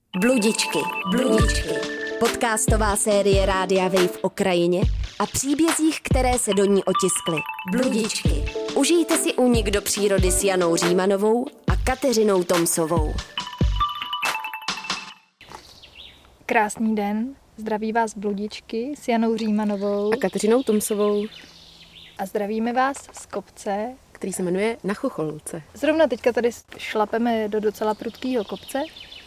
Bludičky. Podcastová série Rádia Wave o krajině a příbězích, které se do ní otiskly. Bludičky. Užijte si únik do přírody s Janou Římanovou a Kateřinou Tomsovou. Krásný den, zdraví vás Bludičky s Janou Římanovou a Kateřinou Tomsovou. A zdravíme vás z kopce, který se jmenuje Na Chocholce. Zrovna teďka tady šlapeme do docela prudkého kopce.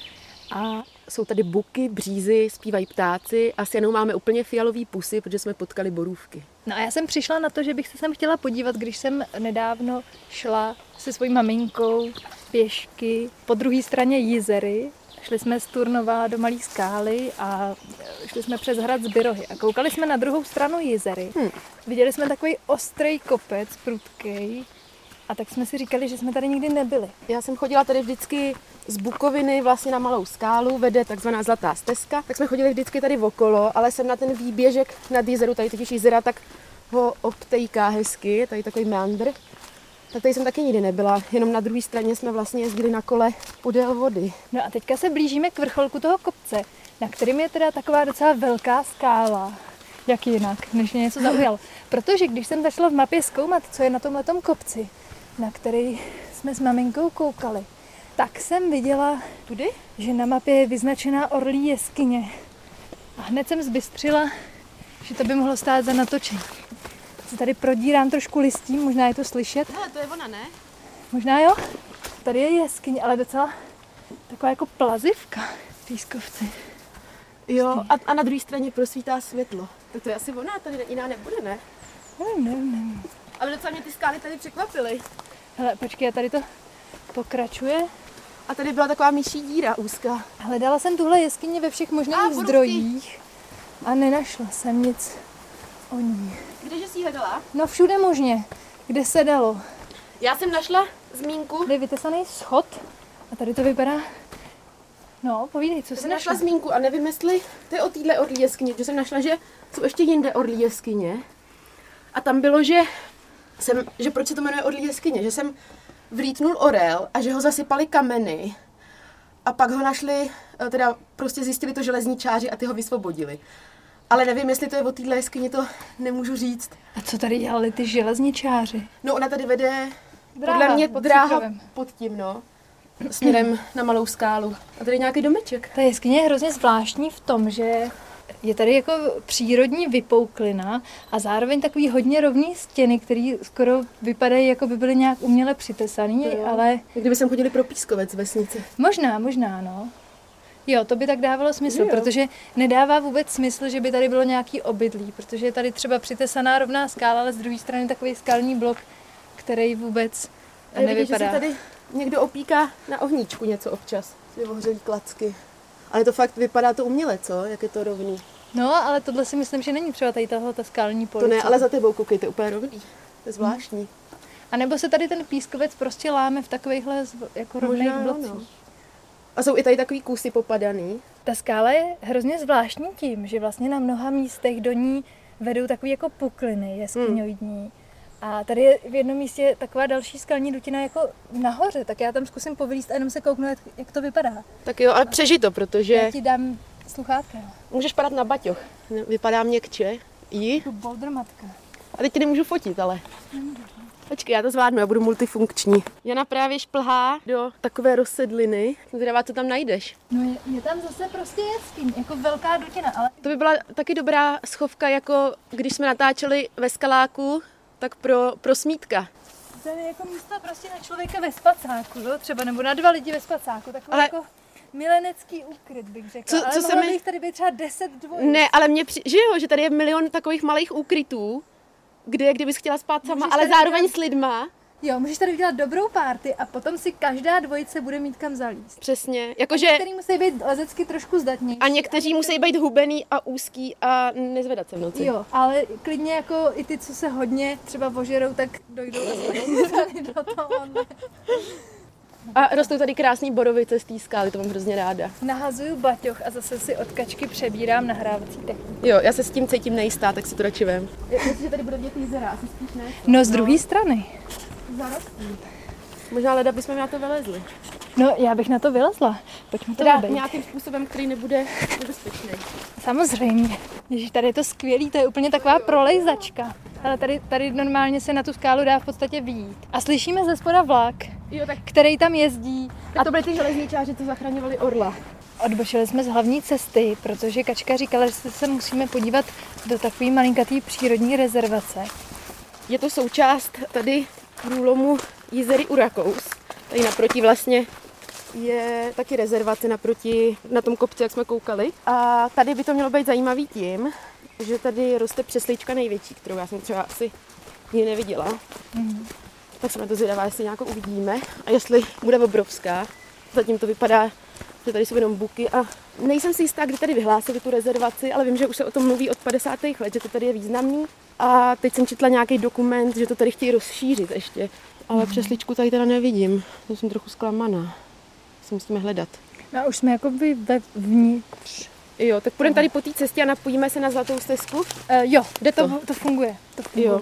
A jsou tady buky, břízy, zpívají ptáci a s Janou máme úplně fialový pusy, protože jsme potkali borůvky. No a já jsem přišla na to, že bych se sem chtěla podívat, když jsem nedávno šla se svojí maminkou pěšky po druhé straně Jizery. Šli jsme z Turnova do Malé Skály a šli jsme přes hrad Zbyrohy a koukali jsme na druhou stranu Jizery. Viděli jsme takový ostrý kopec, prudkej, a tak jsme si říkali, že jsme tady nikdy nebyli. Já jsem chodila tady vždycky z Bukoviny vlastně na Malou Skálu, vede takzvaná Zlatá stezka, tak jsme chodili vždycky tady okolo, ale jsem na ten výběžek nad Jizeru, tady totiž Jizera, tak ho obtejká hezky, je tady takový meandr. Tak tady jsem taky nikdy nebyla, jenom na druhé straně jsme vlastně jezdili na kole podél vody. No a teďka se blížíme k vrcholku toho kopce, na kterým je teda taková docela velká skála. Jak jinak, než mě něco zaujalo. Protože když jsem začala v mapě zkoumat, co je na tomhletom kopci, na který jsme s maminkou koukali, tak jsem viděla, že na mapě je vyznačená Orlí jeskyně. A hned jsem zbystřila, že to by mohlo stát za natočení. Se tady prodírám trošku listím, možná je to slyšet. Hele, to je ona, ne? Možná jo. Tady je jeskyně, ale docela taková jako plazivka v pískovci. Jo, a na druhé straně prosvítá světlo. Tak to je asi ona, tady jiná nebude, ne? Nevím. Ale docela mě ty skály tady překvapily. Hele, počkej, tady to pokračuje. A tady byla taková myší díra úzká. Hledala jsem tuhle jeskyni ve všech možných zdrojích a nenašla jsem nic o ní. Kdeže jsi ji hledala? No všude možně, kde se dalo. Já jsem našla zmínku. Tady je vytesaný schod a tady to vypadá... No, povídej, co jsi našla? Zmínku a nevím, jestli to je o téhle orlí jeskyně, protože jsem našla, že jsou ještě jinde orlí jeskyně. A tam bylo, že proč se to jmenuje orlí jeskyně, že jsem vlítnul orel a že ho zasypali kameny a pak ho našli, teda prostě zjistili to železničáři a ty ho vysvobodili. Ale nevím, jestli to je o téhle jeskyni, to nemůžu říct. A co tady dělali ty železničáři? No ona tady vede podle mě dráha pod tím, no. Směrem na Malou Skálu. A tady je nějaký domeček. Ta jeskyně je hrozně zvláštní v tom, že je tady jako přírodní vypouklina a zároveň takový hodně rovný stěny, které skoro vypadají, jako by byly nějak uměle přitesaný, ale... Kdyby sem chodili pro pískovec z vesnice. Možná, no. Jo, to by tak dávalo smysl, protože nedává vůbec smysl, že by tady bylo nějaký obydlí, protože je tady třeba přitesaná rovná skála, ale z druhé strany takový skalní blok, který vůbec nevypadá. Vidíš, že se tady někdo opíká na ohníčku něco občas, ty ohřelý klacky. Ale to fakt vypadá to uměle, co? Jak je to rovný. No, ale tohle si myslím, že není třeba tady ta skalní police. To ne, ale za tebou koukej, to je úplně rovný. To je zvláštní. A nebo se tady ten pískovec prostě láme v takovýchhle jako rovných blocích. No. A jsou i tady takový kusy popadaný. Ta skála je hrozně zvláštní tím, že vlastně na mnoha místech do ní vedou takový jako pukliny jeskyňoidní. A tady je v jednom místě taková další skalní dutina jako nahoře, tak já tam zkusím povylízt a jenom se kouknu, jak to vypadá. Tak jo, ale přežij to, protože... Já ti dám sluchátka. Můžeš padat na baťoch. Vypadá měkče. Tu boulder matka. A teď ti nemůžu fotit, ale... Počkej, já to zvládnu, já budu multifunkční. Jana právě šplhá do takové rozsedliny. Zvědavá, co tam najdeš. No je tam zase prostě jeskyň, jako velká dutina, ale... To by byla taky dobrá schovka, jako když jsme natáčeli ve Skaláku, tak pro smítka. Tady je jako místo prostě na člověka ve spacáku, jo? Třeba, nebo na 2 lidi ve spacáku, takový jako milenecký úkryt, bych řekla. Ale mohlo by jich tady být třeba 10 dvojic. Ne, ale že jo, že tady je milion takových malých úkrytů, kdybys chtěla spát sama, ale zároveň s lidma. Jo, můžeš tady udělat dobrou party a potom si každá dvojice bude mít kam zalízt. Přesně. Jakože... Některý musí být lezecky trošku zdatnější. A někteří musí být hubený a úzký a nezvedat se v noci. Jo, ale klidně jako i ty, co se hodně třeba ožerou, tak dojdou tady do toho. A rostou tady krásný borovice z té skály, to mám hrozně ráda. Nahazuju baťoch a zase si od kačky přebírám nahrávací techniku. Jo, já se s tím cítím nejistá, tak si to radši vem. Myslím, že tady bude vidět Jizera, asi spíš ne. No z druhé strany. Zarostlý. Možná leda bychom na to vylezli. No, já bych na to vylezla. Pojďme to Teda obejít. nějakým způsobem, který nebude nebezpečný. Samozřejmě. Ježiš, tady je to skvělý, to je úplně taková prolejzačka. Ale tady normálně se na tu skálu dá v podstatě vyjít. A slyšíme ze spoda vlak, Jo, tak který tam jezdí. a to byly ty železničáři, co zachraňovali orla. Odbočili jsme z hlavní cesty, protože Kačka říkala, že se musíme podívat do takové malinkatý přírodní rezervace. Je to součást tady průlomu Jizery u Rakous. Tady naproti vlastně je taky rezervace naproti na tom kopci, jak jsme koukali. A tady by to mělo být zajímavý tím, že tady roste přeslička největší, kterou já jsem třeba asi nikdy neviděla. Tak jsem na to zvědavá, jestli nějakou uvidíme a jestli bude obrovská. Zatím to vypadá, že tady jsou jenom buky a nejsem si jistá, kdy tady vyhlásili tu rezervaci, ale vím, že už se o tom mluví od 50. let, že to tady je významný. A teď jsem četla nějaký dokument, že to tady chtějí rozšířit ještě. Ale přesličku tady teda nevidím. To jsem trochu zklamaná. Si musíme hledat. No a už jsme jakoby vevnitř. Jo, tak půjdeme tady po té cestě a napojíme se na Zlatou stezku. Jo, Jde to? To funguje. Jo.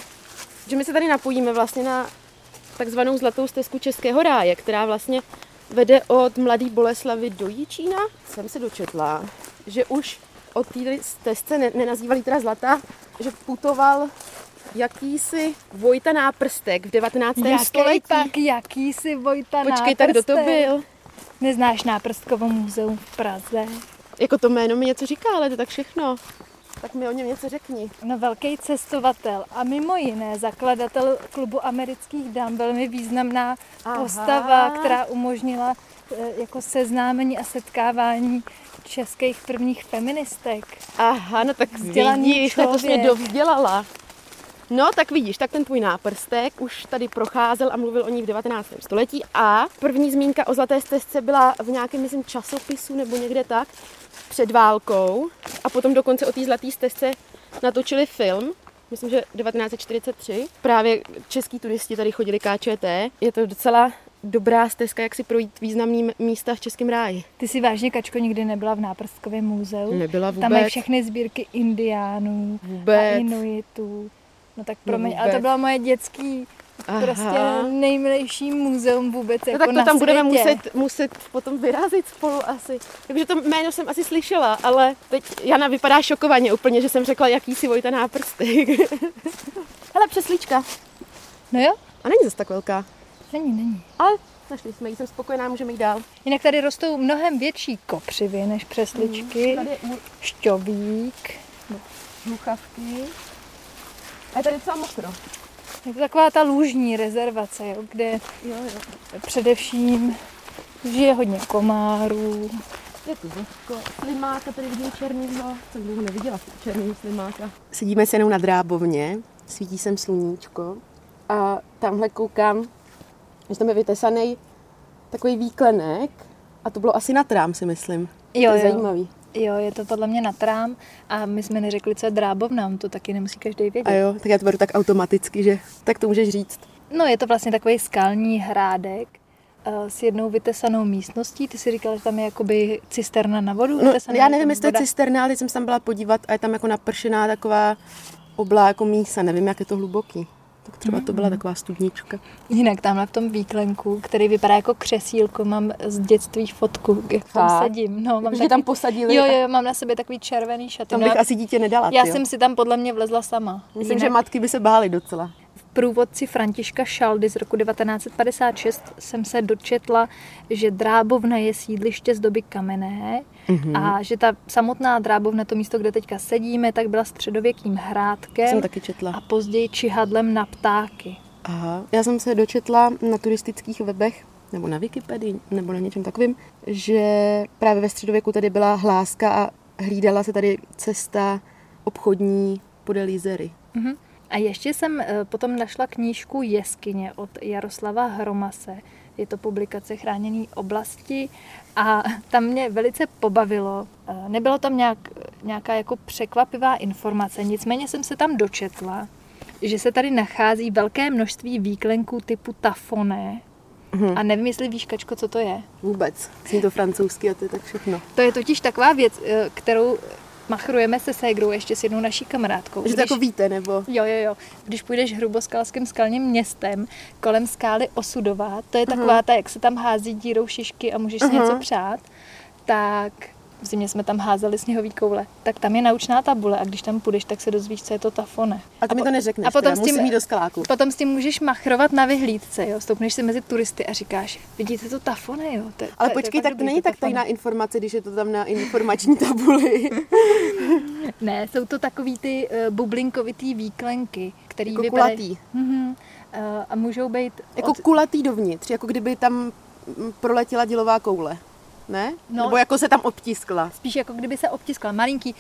Že my se tady napojíme vlastně na takzvanou Zlatou stezku Českého ráje, která vlastně vede od Mladé Boleslavi do Jičína. Jsem se dočetla, že už od té stezce nenazývali teda Zlatá, že putoval jakýsi Vojta Náprstek v 19. století. Jakýsi Vojta Počkej, tak kdo to byl? Neznáš Náprstkovo muzeum v Praze? Jako to jméno mi něco říká, ale to tak všechno. Tak mi o něm něco řekni. No, velký cestovatel a mimo jiné zakladatel klubu amerických dam, velmi významná postava, která umožnila jako seznámení a setkávání českých prvních feministek. Aha, no tak Vzdělaný vidíš, tak to jsi mě člověk. dovzdělala. No, tak vidíš, tak ten tvůj náprstek už tady procházel a mluvil o ní v 19. století a první zmínka o Zlaté stezce byla v nějakém, myslím, časopisu nebo někde tak před válkou a potom dokonce o té Zlaté stezce natočili film, myslím, že 1943. Právě český turisti tady chodili KČT. Je to docela dobrá stezka, jak si projít významným místa v Českém ráji. Ty si vážně, Kačko, nikdy nebyla v Náprstkovém muzeu? Nebyla vůbec. Tam mají všechny sbírky indiánů Vůbec. a inuitů. No tak promiň, No ale to vůbec. bylo moje dětský prostě nejmilejší muzeum vůbec No jako tak to na tam budeme světě. muset potom vyrazit spolu asi. Takže to jméno jsem asi slyšela, ale teď Jana vypadá šokovaně úplně, že jsem řekla, jaký si Vojta Náprstek. Hele, přeslička. No jo, A není zase tak velká. není. Ale našli jsme ji, jsem spokojená, můžeme jít dál. Jinak tady rostou mnohem větší kopřivy než přesličky, Tady je šťovík. hluchavky. A je tady docela mokro. Je to taková ta lůžní rezervace, jo, kde Jo. především žije hodně komárů. Je tu vlhko. Slimáka tady vidím černýho. Jsem dlouho neviděla černýho slimáka. Sedíme se jenom na drábovně, svítí sem sluníčko a tamhle koukám, že tam je vytesaný takový výklenek a to bylo asi na trám, si myslím. Jo, to je jo. zajímavý. Jo, je to podle mě na trám a my jsme neřekli, co je drábovna, on to taky nemusí každý vědět. A jo, tak já to beru tak automaticky, že tak to můžeš říct. No, je to vlastně takový skalní hrádek s jednou vytesanou místností. Ty si říkala, že tam je jakoby cisterna na vodu? No, vytesaná, já nevím, tam jestli to je voda. cisterna, ale teď jsem se tam byla podívat a je tam jako napršená taková oblá jako mísa, nevím, jak je to hluboký. Tak třeba to byla taková studnička. Jinak tamhle v tom výklenku, který vypadá jako křesílko, mám z dětství fotku, jak tam Fakt? sedím. No, mám Už tě tam posadili? Jo, mám na sobě takový červený šaty. Tam No, bych asi dítě nedala. já tyjo. jsem si tam podle mě vlezla sama. Myslím, že matky by se bály docela. V průvodci Františka Šaldy z roku 1956 jsem se dočetla, že Drábovna je sídliště z doby kamenné a že ta samotná Drábovna, to místo, kde teďka sedíme, tak byla středověkým hrádkem Jsem taky četla. a později čihadlem na ptáky. Aha. Já jsem se dočetla na turistických webech, nebo na Wikipedii, nebo na něčem takovým, že právě ve středověku tady byla hláska a hlídala se tady cesta obchodní podél Jizery. A ještě jsem potom našla knížku Jeskyně od Jaroslava Hromase. Je to publikace Chráněné oblasti a tam mě velice pobavilo. Nebylo tam nějaká jako překvapivá informace, nicméně jsem se tam dočetla, že se tady nachází velké množství výklenků typu tafoné. A nevím, jestli víš, Kačko, co to je. Vůbec. Zní to francouzsky a to je tak všechno. To je totiž taková věc, kterou machrujeme se ségrou ještě s jednou naší kamarádkou. Že to jako víte, nebo? Jo. Když půjdeš Hruboskalským skalním městem kolem skály Osudová, to je taková ta, jak se tam hází dírou šišky a můžeš si něco přát, tak v zimě jsme tam házeli sněhový koule. Tak tam je naučná tabule a když tam půjdeš, tak se dozvíš, co je to tafone. A ty mi to neřekneš, a potom musím jít do skaláku. Potom s tím můžeš machrovat na vyhlídce, jo. Stoupneš si mezi turisty a říkáš, vidíte to tafone, jo. Ale počkej, tak to není tak tajná informace, když je to tam na informační tabuli. Ne, jsou to takový ty bublinkovitý výklenky, který jako vypadají... kulatý. A můžou být... Jako kulatý dovnitř, jako kdyby tam proletěla dělová koule. Ne? No, nebo jako se tam obtiskla. Spíš jako kdyby se obtiskla. Malinký.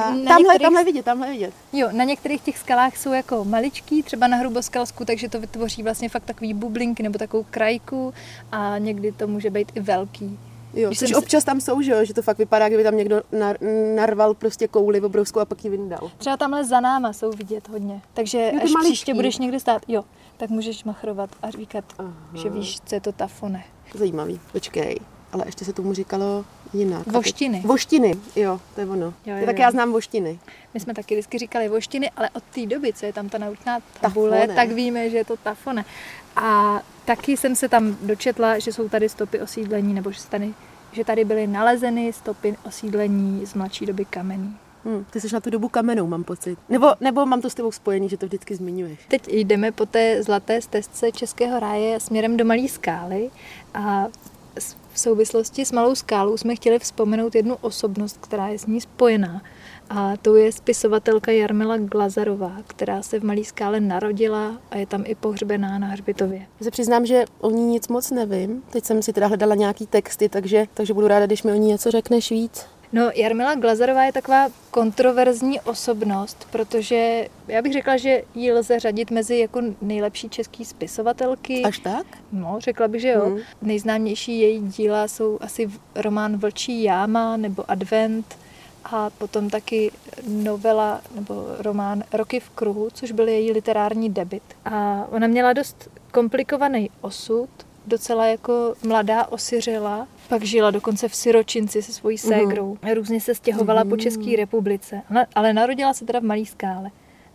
Tamhle vidět. Jo, na některých těch skalách jsou jako maličký, třeba na Hruboskalsku, takže to vytvoří vlastně fakt takový bublinky nebo takovou krajku a někdy to může být i velký. Jo, což občas tam jsou, že to fakt vypadá, kdyby tam někdo narval prostě kouli obrovskou a pak ji vyndal. Třeba tamhle za náma jsou vidět hodně, takže až příště budeš někde stát, tak můžeš machrovat a říkat, že víš, co je to tafone. Zajímavý, počkej. Ale ještě se tomu říkalo jinak. Voštiny. Voštiny, jo, to je ono. Tak já znám voštiny. My jsme taky vždycky říkali voštiny, ale od té doby, co je tam ta naučná tabule, tak víme, že je to tafone. A taky jsem se tam dočetla, že jsou tady stopy osídlení, nebo že tady byly nalezeny stopy osídlení z mladší doby kamení. Ty jsi na tu dobu kamenou, mám pocit. Nebo mám to s tebou spojený, že to vždycky zmiňuješ. Teď jdeme po té zlaté stezce Českého ráje směrem do Malé Skály a v souvislosti s Malou Skálou jsme chtěli vzpomenout jednu osobnost, která je s ní spojená. A to je spisovatelka Jarmila Glazarová, která se v Malé Skále narodila a je tam i pohřbená na hřbitově. Já se přiznám, že o ní nic moc nevím. Teď jsem si teda hledala nějaký texty, takže budu ráda, když mi o ní něco řekneš víc. No, Jarmila Glazarová je taková kontroverzní osobnost, protože já bych řekla, že ji lze řadit mezi jako nejlepší český spisovatelky. Až tak? No, řekla bych, že jo. Nejznámější její díla jsou asi román Vlčí jáma nebo Advent a potom taky novela nebo román Roky v kruhu, což byl její literární debut. A ona měla dost komplikovaný osud, docela jako mladá osiřela, pak žila dokonce v siročinci se svojí ségrou. Různě se stěhovala po České republice, ale narodila se teda v Malé Skále.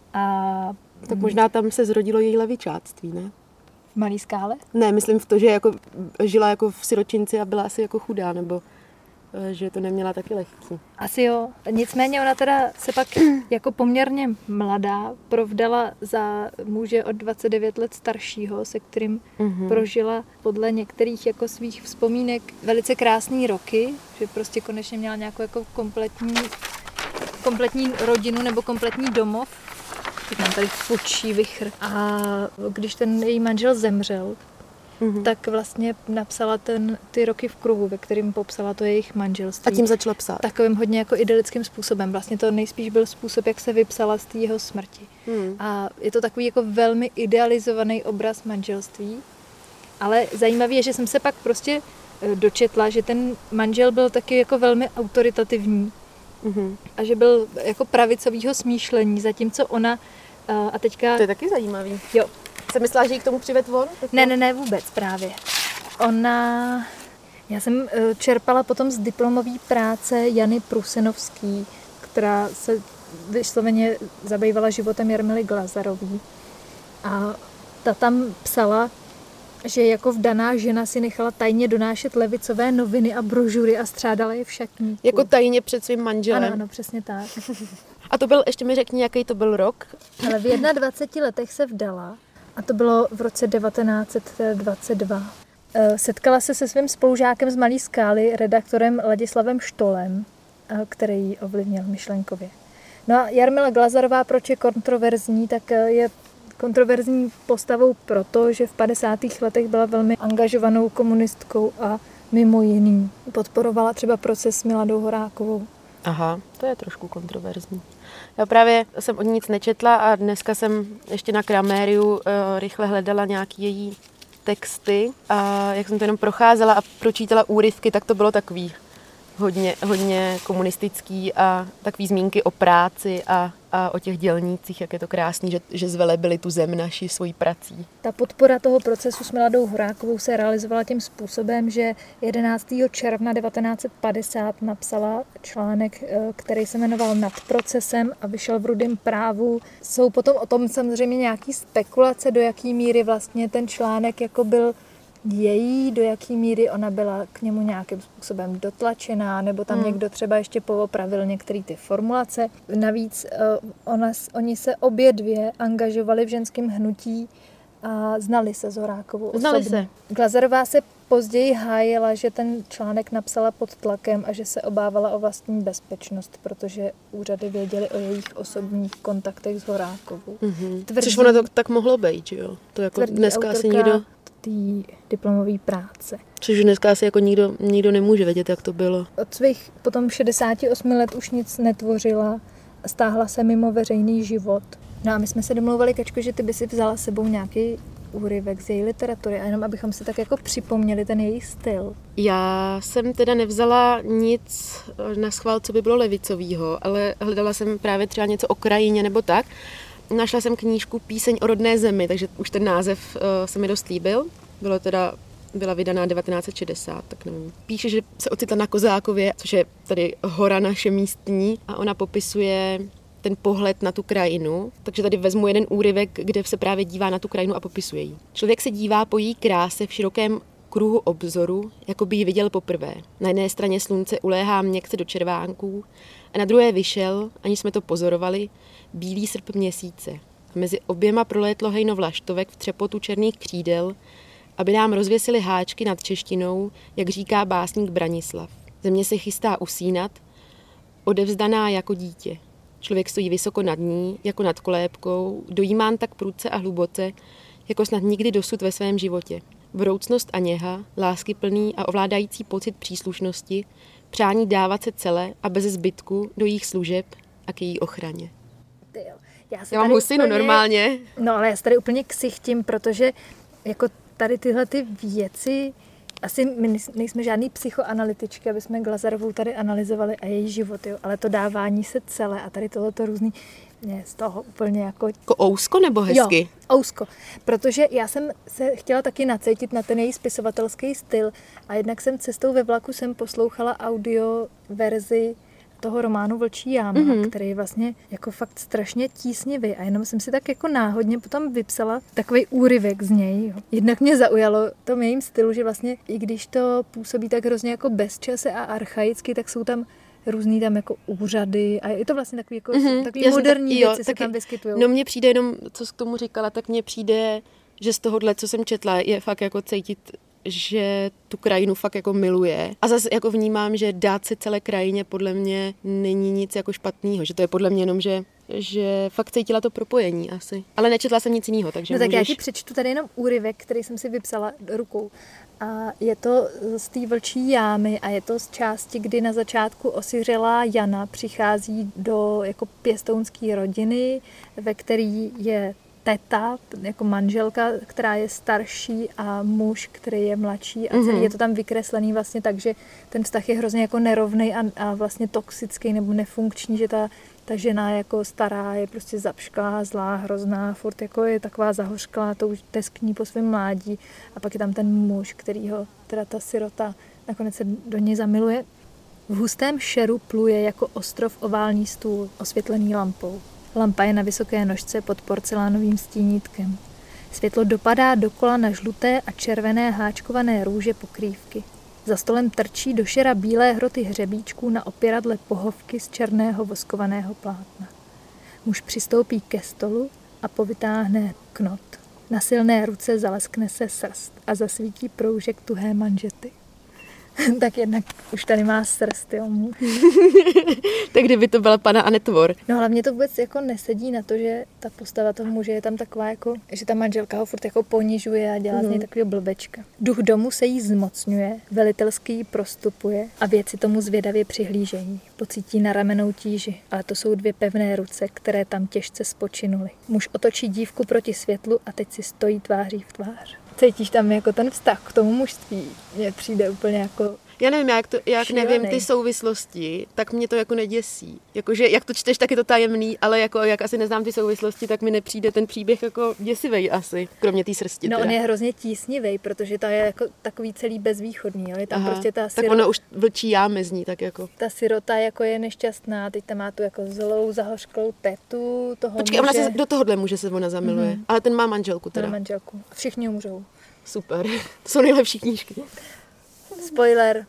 A tak možná tam se zrodilo její levičáctví, ne? V Malé Skále? Ne, myslím v to, že jako žila jako v siročinci a byla asi jako chudá, nebo že to neměla taky lehký. Asi jo. Nicméně ona teda se pak jako poměrně mladá provdala za muže od 29 let staršího, se kterým prožila podle některých jako svých vzpomínek velice krásný roky, že prostě konečně měla nějakou jako kompletní rodinu nebo kompletní domov. Teď mám tady fučí vichr. A když ten její manžel zemřel, tak vlastně napsala ty Roky v kruhu, ve kterým popsala to jejich manželství. A tím začala psát. Takovým hodně jako idylickým způsobem. Vlastně to nejspíš byl způsob, jak se vypsala z té jeho smrti. A je to takový jako velmi idealizovaný obraz manželství. Ale zajímavé je, že jsem se pak prostě dočetla, že ten manžel byl taky jako velmi autoritativní. A že byl jako pravicovýho smýšlení, zatímco ona a teďka... To je taky zajímavý. Jo. Jsem myslela, že jí k tomu přivedl on? Ne, vůbec právě. Já jsem čerpala potom z diplomové práce Jany Prusenovský, která se vysloveně zabývala životem Jarmily Glazarový. A ta tam psala, že jako vdaná žena si nechala tajně donášet levicové noviny a brožury a střádala je v šatníku. Jako tajně před svým manželem? Ano, přesně tak. A to byl, ještě mi řekni, jaký to byl rok? Ale v 21 letech se vdala. A to bylo v roce 1922. Setkala se se svým spolužákem z Malé Skály, redaktorem Ladislavem Štolem, který ji ovlivnil myšlenkově. No a Jarmila Glazarová, proč je kontroverzní, tak je kontroverzní postavou proto, že v 50. letech byla velmi angažovanou komunistkou a mimo jiný podporovala třeba proces s Miladou Horákovou. Aha, to je trošku kontroverzní. Já právě jsem o ní nic nečetla a dneska jsem ještě na Kramériu rychle hledala nějaký její texty a jak jsem to jenom procházela a pročítala úryvky, tak to bylo takový hodně komunistický a takový zmínky o práci a o těch dělnících, jak je to krásný, že zvelebili tu zem naši svojí prací. Ta podpora toho procesu s Miladou Horákovou se realizovala tím způsobem, že 11. června 1950 napsala článek, který se jmenoval Nad procesem a vyšel v Rudém právu. Jsou potom o tom samozřejmě nějaký spekulace, do jaký míry vlastně ten článek jako byl její, do jaký míry ona byla k němu nějakým způsobem dotlačená, nebo tam někdo třeba ještě poopravil některé ty formulace. Navíc oni se obě dvě angažovali v ženském hnutí a znali se s Horákovou osobně. Znali se. Glazerová se později hájila, že ten článek napsala pod tlakem a že se obávala o vlastní bezpečnost, protože úřady věděly o jejich osobních kontaktech s Horákovou. Což ono to tak mohlo být, že jo? To jako dneska asi nikdo... té diplomové práce. Což dneska asi jako nikdo nemůže vědět, jak to bylo. Od svých potom 68 let už nic netvořila, stáhla se mimo veřejný život. No a my jsme se domlouvali, Kačko, že ty by si vzala sebou nějaký úryvek z její literatury a jenom abychom si tak jako připomněli ten její styl. Já jsem teda nevzala nic na schvál, co by bylo levicovýho, ale hledala jsem právě třeba něco o krajině nebo tak. Našla jsem knížku Píseň o rodné zemi, takže už ten název se mi dost líbil. Byla vydaná 1960, tak nevím. Píše, že se ocitla na Kozákově, což je tady hora naše místní, a ona popisuje ten pohled na tu krajinu. Takže tady vezmu jeden úryvek, kde se právě dívá na tu krajinu a popisuje ji. Člověk se dívá po její kráse v širokém kruhu obzoru, jako by ji viděl poprvé. Na jedné straně slunce uléhá měkce do červánků a na druhé vyšel, aniž jsme to pozorovali, bílý srp měsíce. A mezi oběma prolétlo hejno vlaštovek v třepotu černých křídel, aby nám rozvěsili háčky nad češtinou, jak říká básník Branislav. Země se chystá usínat, odevzdaná jako dítě. Člověk stojí vysoko nad ní, jako nad kolébkou, dojímán tak prudce a hluboce, jako snad nikdy dosud ve svém životě. Vroucnost a něha, láskyplný a ovládající pocit příslušnosti, přání dávat se celé a bez zbytku do jejich služeb a k její ochraně. Já mám husinu normálně. No ale já se tady úplně ksichtím, protože jako tady tyhle ty věci, asi my nejsme žádný psychoanalytičky, aby jsme Glazerovou tady analyzovali a její život, jo, ale to dávání se celé a tady tohleto různý, mě z toho úplně jako ousko nebo hezky? Jo, ousko, protože já jsem se chtěla taky nacítit na ten její spisovatelský styl a jednak jsem cestou ve vlaku poslouchala audio verzi toho románu Vlčí jáma, který je vlastně jako fakt strašně tísnivý a jenom jsem si tak jako náhodně potom vypsala takový úryvek z něj. Jo. Jednak mě zaujalo to jejím stylu, že vlastně i když to působí tak hrozně jako bezčase a archaicky, tak jsou tam různý tam jako úřady a je to vlastně takový jako takový moderní věci se tam vyskytují. No mně přijde jenom, co jsi k tomu říkala, tak mně přijde, že z tohohle, co jsem četla, je fakt jako cítit, že tu krajinu fakt jako miluje. A zase jako vnímám, že dát se celé krajině podle mě není nic jako špatného, že to je podle mě jenom, že fakt cítila to propojení asi. Ale nečetla jsem nic jiného, takže no tak já ti přečtu tady jenom úryvek, který jsem si vypsala rukou. A je to z té Vlčí jámy a je to z části, kdy na začátku osiřelá Jana přichází do jako pěstounské rodiny, ve který je teta, jako manželka, která je starší a muž, který je mladší a celý je to tam vykreslený vlastně tak, že ten vztah je hrozně jako nerovnej a vlastně toxický nebo nefunkční, že ta žena jako stará je prostě zapšklá, zlá, hrozná, furt jako je taková zahořklá, to už teskní po svém mládí a pak je tam ten muž, kterýho teda ta sirota nakonec se do něj zamiluje. V hustém šeru pluje jako ostrov oválný stůl, osvětlený lampou. Lampa je na vysoké nožce pod porcelánovým stínítkem. Světlo dopadá dokola na žluté a červené háčkované růže pokrývky. Za stolem trčí do šera bílé hroty hřebíčků na opěradle pohovky z černého voskovaného plátna. Muž přistoupí ke stolu a povytáhne knot. Na silné ruce zaleskne se srst a zasvítí proužek tuhé manžety. Tak jednak už tady má srst, jo. Tak kdyby to byla pana Anetvor. No hlavně to vůbec jako nesedí na to, že ta postava toho muže je tam taková jako, že ta manželka ho furt jako ponižuje a dělá z něj takového blbečka. Duch domu se jí zmocňuje, velitelsky jí prostupuje a věci tomu zvědavě přihlížejí. Pocítí na ramenou tíži, ale to jsou dvě pevné ruce, které tam těžce spočinuly. Muž otočí dívku proti světlu a teď si stojí tváří v tvář. Cítíš tam jako ten vztah k tomu mužství? Mně přijde úplně jako... Já nevím, jak Šílený. nevím ty souvislosti, tak mě to jako neděsí. Jakože, jak to čteš, tak je to tajemný, ale jako, jak asi neznám ty souvislosti, tak mi nepřijde ten příběh jako děsivej asi, kromě té srsti. No teda. on je hrozně tísnivý, protože ta je jako takový celý bezvýchodný, jo? Je tam prostě tak ono už vlčí jámy zní, tak jako. Ta sirota jako je nešťastná, teď tam má tu jako zlou, zahořklou tetu toho Počkej, ona do tohohle muže se ona zamiluje, ale ten má manželku teda. Má manželku. Všichni umřou. Super, to jsou nejlepší knížky. Spoiler.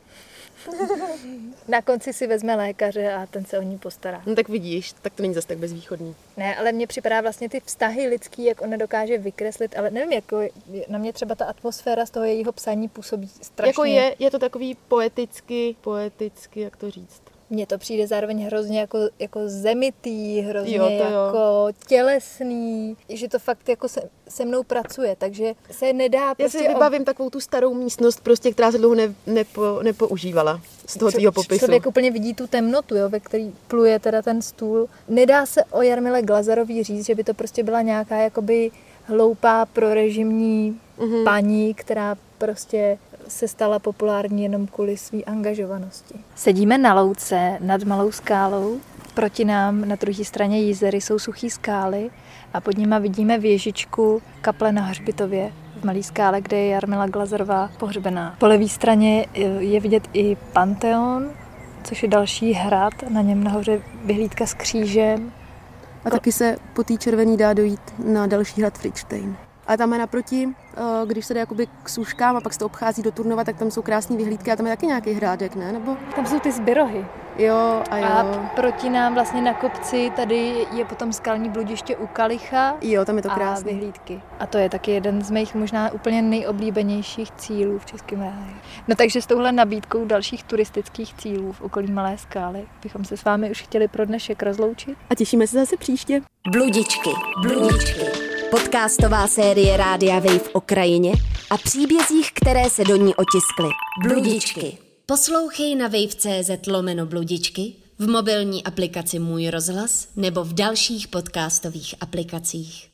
Na konci si vezme lékaře a ten se o ní postará. No tak vidíš, tak to není zase tak bezvýchodný. Ne, ale mně připadá vlastně ty vztahy lidský, jak ona dokáže vykreslit, ale nevím, jako na mě třeba ta atmosféra z toho jejího psaní působí strašně. Jako je to takový poeticky, jak to říct. Mně to přijde zároveň hrozně jako zemitý, hrozně jo. tělesný, že to fakt jako se mnou pracuje, takže se nedá prostě... Já si vybavím takovou tu starou místnost, prostě, která se dlouho nepoužívala z toho tvýho popisu. Člověk úplně vidí tu temnotu, jo, ve který pluje teda ten stůl. Nedá se o Jarmile Glazerový říct, že by to prostě byla nějaká jakoby hloupá prorežimní paní, která prostě se stala populární jenom kvůli své angažovanosti. Sedíme na louce nad malou skálou, proti nám na druhé straně jízery jsou suchý skály a pod nima vidíme věžičku kaple na hřbitově v malé skále, kde je Jarmila Glazerová pohřbená. Po levé straně je vidět i Panteon, což je další hrad, na něm nahoře vyhlídka s křížem. A taky se po té červený dá dojít na další hrad Fridštejn. A tam je naproti, když se jde jakoby k Souškám a pak se to obchází do Turnova, tak tam jsou krásné vyhlídky a tam je taky nějaký hrádek, ne? Nebo? Tam jsou ty zbyrohy. Jo. A proti nám vlastně na kopci tady je potom skalní bludiště u Kalicha. Jo, tam je to A krásné. vyhlídky. A to je taky jeden z mých možná úplně nejoblíbenějších cílů v Českém ráji. No takže s touhle nabídkou dalších turistických cílů v okolí Malé Skály bychom se s vámi už chtěli pro dnešek rozloučit. A těšíme se zase příště. Bludičky. Podcastová série Rádia Wave o krajině a příbězích, které se do ní otiskly. Bludičky. Poslouchej na wave.cz/bludičky, v mobilní aplikaci Můj rozhlas nebo v dalších podcastových aplikacích.